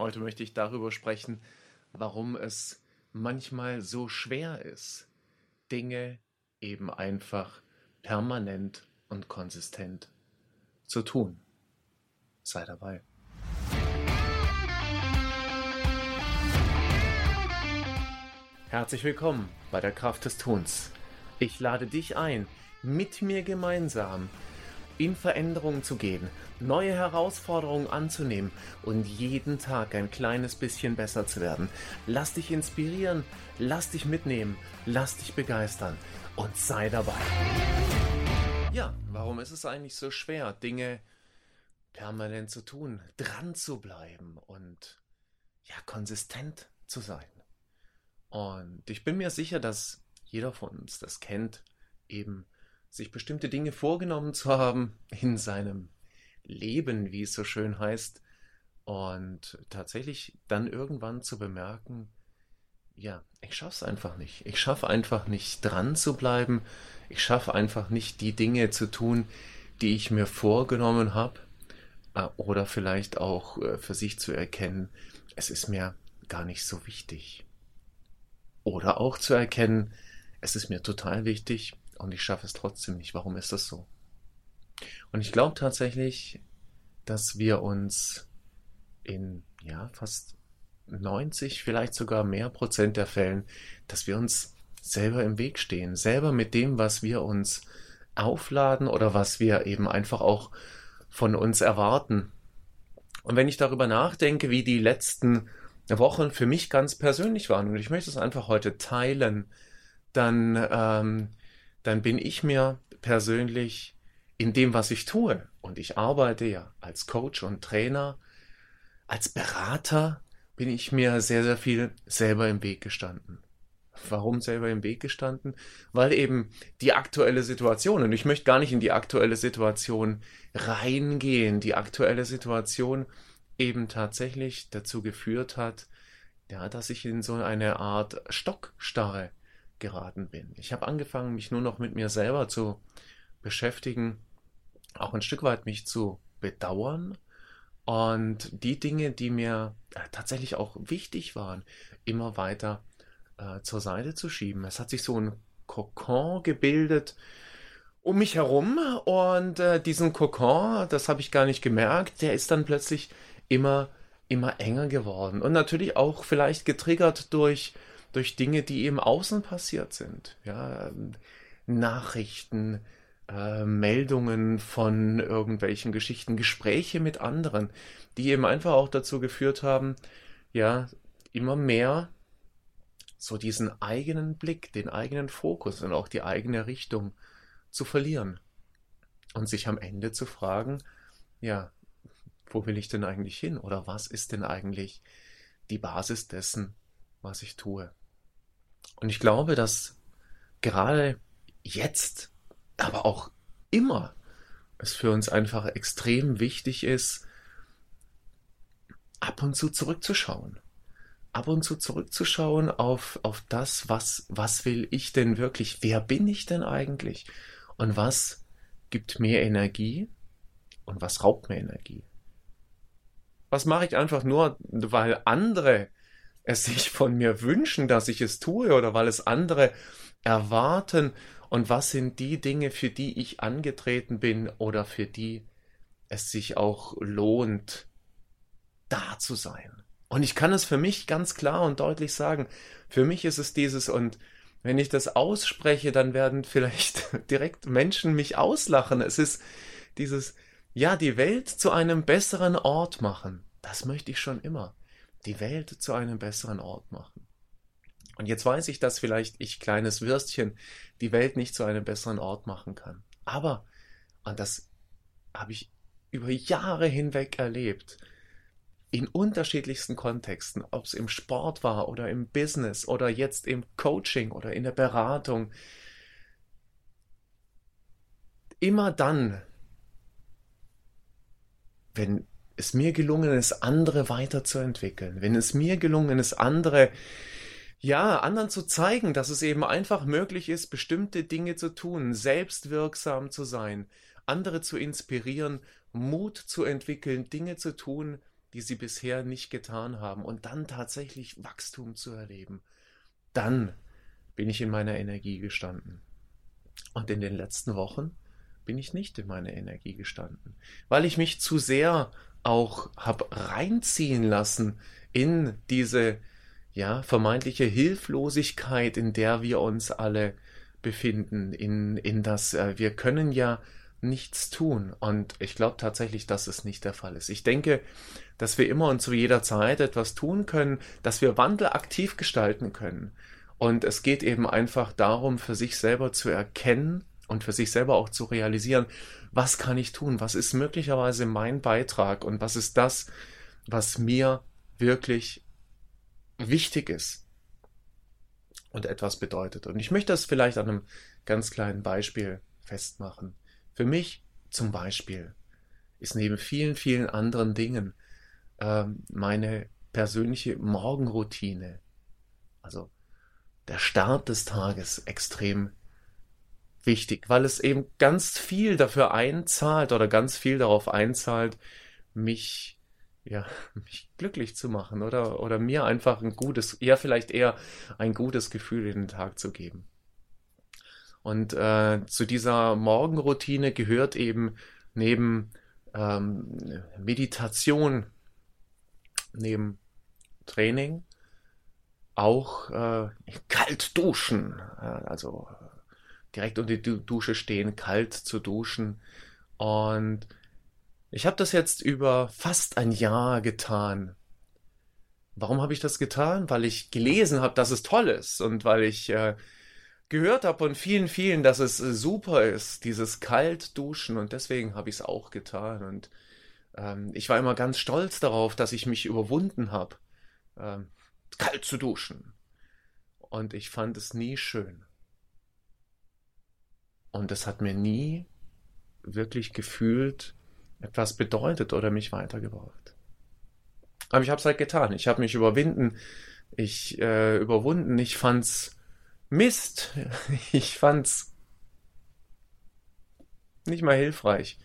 Heute möchte ich darüber sprechen, warum es manchmal so schwer ist, Dinge eben einfach permanent und konsistent zu tun. Sei dabei. Herzlich willkommen bei der Kraft des Tuns. Ich lade dich ein, mit mir gemeinsam in Veränderungen zu gehen, neue Herausforderungen anzunehmen und jeden Tag ein kleines bisschen besser zu werden. Lass dich inspirieren, lass dich mitnehmen, lass dich begeistern und sei dabei. Ja, warum ist es eigentlich so schwer, Dinge permanent zu tun, dran zu bleiben und ja, konsistent zu sein? Und ich bin mir sicher, dass jeder von uns das kennt, eben sich bestimmte Dinge vorgenommen zu haben in seinem Leben, wie es so schön heißt, und tatsächlich dann irgendwann zu bemerken, ja, ich schaff's einfach nicht. Ich schaffe einfach nicht dran zu bleiben. Ich schaffe einfach nicht die Dinge zu tun, die ich mir vorgenommen habe. Oder vielleicht auch für sich zu erkennen, es ist mir gar nicht so wichtig. Oder auch zu erkennen, es ist mir total wichtig und ich schaffe es trotzdem nicht. Warum ist das so? Und ich glaube tatsächlich, dass wir uns in fast 90, vielleicht sogar mehr Prozent der Fällen, dass wir uns selber im Weg stehen. Selber mit dem, was wir uns aufladen oder was wir eben einfach auch von uns erwarten. Und wenn ich darüber nachdenke, wie die letzten Wochen für mich ganz persönlich waren, und ich möchte es einfach heute teilen, dann bin ich mir persönlich in dem, was ich tue, und ich arbeite ja als Coach und Trainer, als Berater, bin ich mir sehr, sehr viel selber im Weg gestanden. Warum selber im Weg gestanden? Weil eben die aktuelle Situation, und ich möchte gar nicht in die aktuelle Situation reingehen, die aktuelle Situation eben tatsächlich dazu geführt hat, ja, dass ich in so eine Art Stockstarre geraten bin. Ich habe angefangen, mich nur noch mit mir selber zu beschäftigen, auch ein Stück weit mich zu bedauern und die Dinge, die mir tatsächlich auch wichtig waren, immer weiter zur Seite zu schieben. Es hat sich so ein Kokon gebildet um mich herum und diesen Kokon, das habe ich gar nicht gemerkt, der ist dann plötzlich immer, immer enger geworden und natürlich auch vielleicht getriggert durch Dinge, die im Außen passiert sind. Ja, Nachrichten, Meldungen von irgendwelchen Geschichten, Gespräche mit anderen, die eben einfach auch dazu geführt haben, ja, immer mehr so diesen eigenen Blick, den eigenen Fokus und auch die eigene Richtung zu verlieren und sich am Ende zu fragen, ja, wo will ich denn eigentlich hin oder was ist denn eigentlich die Basis dessen, was ich tue? Und ich glaube, dass gerade jetzt, aber auch immer, es für uns einfach extrem wichtig ist, ab und zu zurückzuschauen. Ab und zu zurückzuschauen auf das, was will ich denn wirklich? Wer bin ich denn eigentlich? Und was gibt mir Energie? Und was raubt mir Energie? Was mache ich einfach nur, weil andere es sich von mir wünschen, dass ich es tue oder weil es andere erwarten? Und was sind die Dinge, für die ich angetreten bin oder für die es sich auch lohnt, da zu sein? Und ich kann es für mich ganz klar und deutlich sagen, für mich ist es dieses, und wenn ich das ausspreche, dann werden vielleicht direkt Menschen mich auslachen. Es ist dieses, ja, die Welt zu einem besseren Ort machen. Das möchte ich schon immer. Die Welt zu einem besseren Ort machen. Und jetzt weiß ich, dass vielleicht ich, kleines Würstchen, die Welt nicht zu einem besseren Ort machen kann. Aber, und das habe ich über Jahre hinweg erlebt, in unterschiedlichsten Kontexten, ob es im Sport war oder im Business oder jetzt im Coaching oder in der Beratung, immer dann, wenn es mir gelungen ist, andere weiterzuentwickeln, wenn es mir gelungen ist, anderen zu zeigen, dass es eben einfach möglich ist, bestimmte Dinge zu tun, selbstwirksam zu sein, andere zu inspirieren, Mut zu entwickeln, Dinge zu tun, die sie bisher nicht getan haben und dann tatsächlich Wachstum zu erleben, dann bin ich in meiner Energie gestanden. Und in den letzten Wochen bin ich nicht in meiner Energie gestanden, weil ich mich zu sehr auch habe reinziehen lassen in diese vermeintliche Hilflosigkeit, in der wir uns alle befinden, in das wir können ja nichts tun. Und ich glaube tatsächlich, dass es nicht der Fall ist. Ich denke, dass wir immer und zu jeder Zeit etwas tun können, dass wir Wandel aktiv gestalten können. Und es geht eben einfach darum, für sich selber zu erkennen und für sich selber auch zu realisieren, was kann ich tun, was ist möglicherweise mein Beitrag und was ist das, was mir wirklich wichtig ist und etwas bedeutet. Und ich möchte das vielleicht an einem ganz kleinen Beispiel festmachen. Für mich zum Beispiel ist neben vielen, vielen anderen Dingen meine persönliche Morgenroutine, also der Start des Tages, extrem wichtig, weil es eben ganz viel dafür einzahlt oder ganz viel darauf einzahlt, mich, mich glücklich zu machen oder mir einfach ein gutes, vielleicht eher ein gutes Gefühl in den Tag zu geben. Und zu dieser Morgenroutine gehört eben neben Meditation, neben Training, auch kalt duschen, also direkt unter die Dusche stehen, kalt zu duschen. Und ich habe das jetzt über fast ein Jahr getan. Warum habe ich das getan? Weil ich gelesen habe, dass es toll ist und weil ich gehört habe von vielen, vielen, dass es super ist, dieses kalt duschen, und deswegen habe ich es auch getan. Und ich war immer ganz stolz darauf, dass ich mich überwunden habe, ähm, kalt zu duschen. Und ich fand es nie schön. Und es hat mir nie wirklich gefühlt etwas bedeutet oder mich weitergebracht. Aber ich habe es halt getan. Ich habe mich überwunden. Ich fand's Mist. Ich fand's nicht mal hilfreich.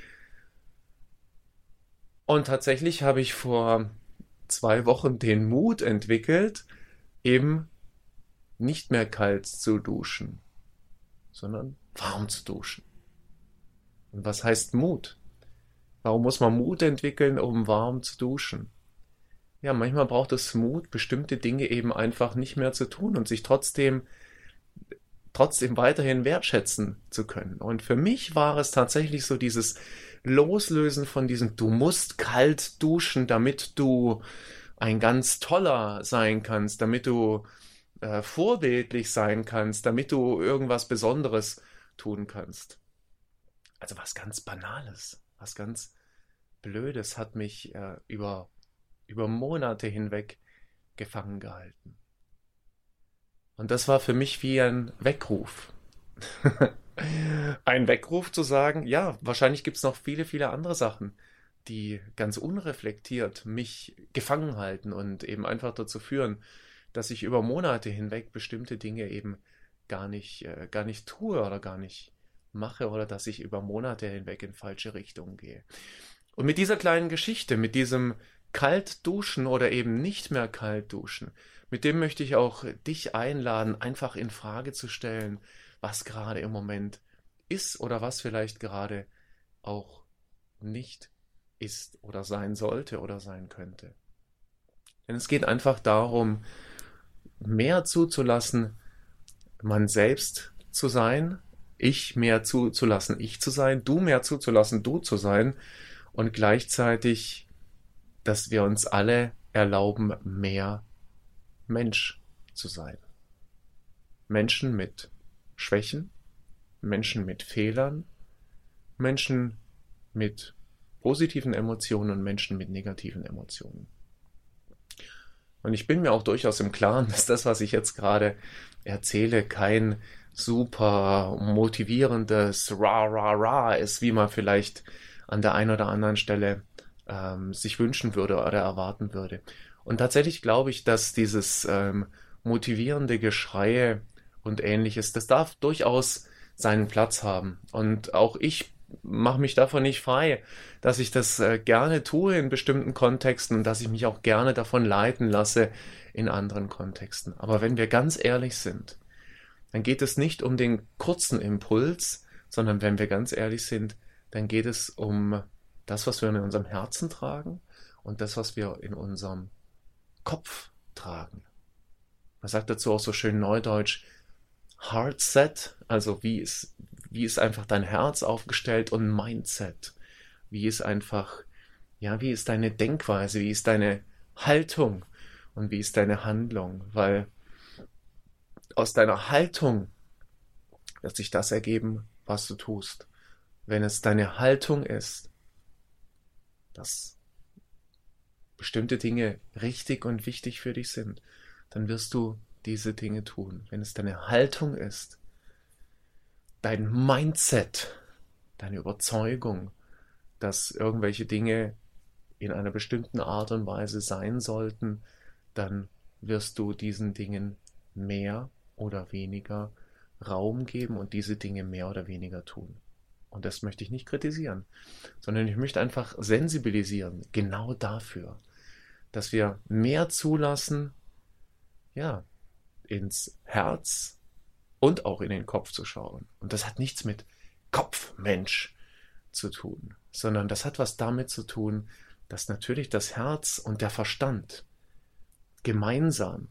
Und tatsächlich habe ich vor 2 Wochen den Mut entwickelt, eben nicht mehr kalt zu duschen, sondern warm zu duschen. Und was heißt Mut? Warum muss man Mut entwickeln, um warm zu duschen? Ja, manchmal braucht es Mut, bestimmte Dinge eben einfach nicht mehr zu tun und sich trotzdem weiterhin wertschätzen zu können. Und für mich war es tatsächlich so dieses Loslösen von diesem, du musst kalt duschen, damit du ein ganz toller sein kannst, damit du vorbildlich sein kannst, damit du irgendwas Besonderes tun kannst. Also was ganz Banales, was ganz Blödes hat mich über Monate hinweg gefangen gehalten. Und das war für mich wie ein Weckruf. Ein Weckruf zu sagen, ja, wahrscheinlich gibt es noch viele, viele andere Sachen, die ganz unreflektiert mich gefangen halten und eben einfach dazu führen, dass ich über Monate hinweg bestimmte Dinge eben gar nicht tue oder gar nicht mache oder dass ich über Monate hinweg in falsche Richtungen gehe. Und mit dieser kleinen Geschichte, mit diesem kalt duschen oder eben nicht mehr kalt duschen, mit dem möchte ich auch dich einladen, einfach in Frage zu stellen, was gerade im Moment ist oder was vielleicht gerade auch nicht ist oder sein sollte oder sein könnte. Denn es geht einfach darum, mehr zuzulassen, man selbst zu sein, ich mehr zuzulassen, ich zu sein, du mehr zuzulassen, du zu sein, und gleichzeitig, dass wir uns alle erlauben, mehr Mensch zu sein. Menschen mit Schwächen, Menschen mit Fehlern, Menschen mit positiven Emotionen und Menschen mit negativen Emotionen. Und ich bin mir auch durchaus im Klaren, dass das, was ich jetzt gerade erzähle, kein super motivierendes Ra-Ra-Ra ist, wie man vielleicht an der einen oder anderen Stelle sich wünschen würde oder erwarten würde. Und tatsächlich glaube ich, dass dieses motivierende Geschreie und ähnliches, das darf durchaus seinen Platz haben. Und auch ich mache mich davon nicht frei, dass ich das gerne tue in bestimmten Kontexten und dass ich mich auch gerne davon leiten lasse in anderen Kontexten. Aber wenn wir ganz ehrlich sind, dann geht es nicht um den kurzen Impuls, sondern wenn wir ganz ehrlich sind, dann geht es um das, was wir in unserem Herzen tragen und das, was wir in unserem Kopf tragen. Man sagt dazu auch so schön neudeutsch Heart Set, also wie ist einfach dein Herz aufgestellt, und Mindset. Wie ist einfach, ja, wie ist deine Denkweise, wie ist deine Haltung und wie ist deine Handlung? Weil aus deiner Haltung wird sich das ergeben, was du tust. Wenn es deine Haltung ist, dass bestimmte Dinge richtig und wichtig für dich sind, dann wirst du diese Dinge tun. Wenn es deine Haltung ist, dein Mindset, deine Überzeugung, dass irgendwelche Dinge in einer bestimmten Art und Weise sein sollten, dann wirst du diesen Dingen mehr oder weniger Raum geben und diese Dinge mehr oder weniger tun. Und das möchte ich nicht kritisieren, sondern ich möchte einfach sensibilisieren, genau dafür, dass wir mehr zulassen, ja, ins Herz und auch in den Kopf zu schauen. Und das hat nichts mit Kopfmensch zu tun, sondern das hat was damit zu tun, dass natürlich das Herz und der Verstand gemeinsam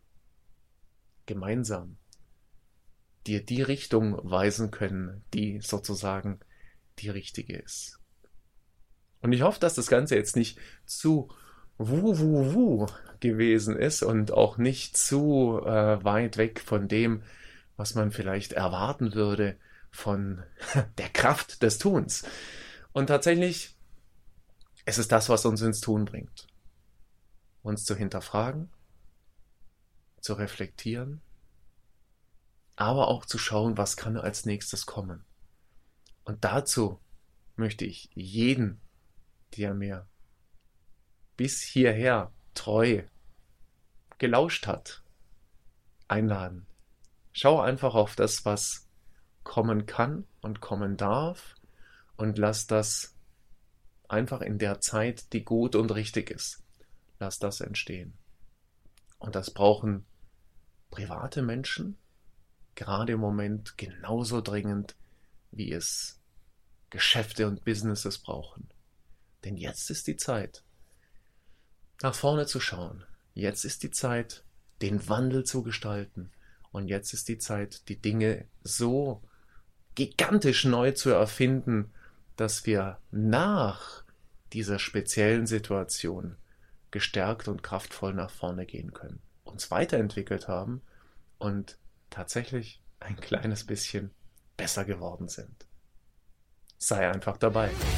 dir die Richtung weisen können, die sozusagen die richtige ist. Und ich hoffe, dass das Ganze jetzt nicht zu wuh gewesen ist und auch nicht zu weit weg von dem, was man vielleicht erwarten würde von der Kraft des Tuns. Und tatsächlich, es ist das, was uns ins Tun bringt. Uns zu hinterfragen, zu reflektieren, aber auch zu schauen, was kann als nächstes kommen. Und dazu möchte ich jeden, der mir bis hierher treu gelauscht hat, einladen. Schau einfach auf das, was kommen kann und kommen darf, und lass das einfach in der Zeit, die gut und richtig ist. Lass das entstehen. Und das brauchen private Menschen gerade im Moment genauso dringend, wie es Geschäfte und Businesses brauchen. Denn jetzt ist die Zeit, nach vorne zu schauen. Jetzt ist die Zeit, den Wandel zu gestalten. Und jetzt ist die Zeit, die Dinge so gigantisch neu zu erfinden, dass wir nach dieser speziellen Situation gestärkt und kraftvoll nach vorne gehen können, uns weiterentwickelt haben und tatsächlich ein kleines bisschen besser geworden sind. Sei einfach dabei.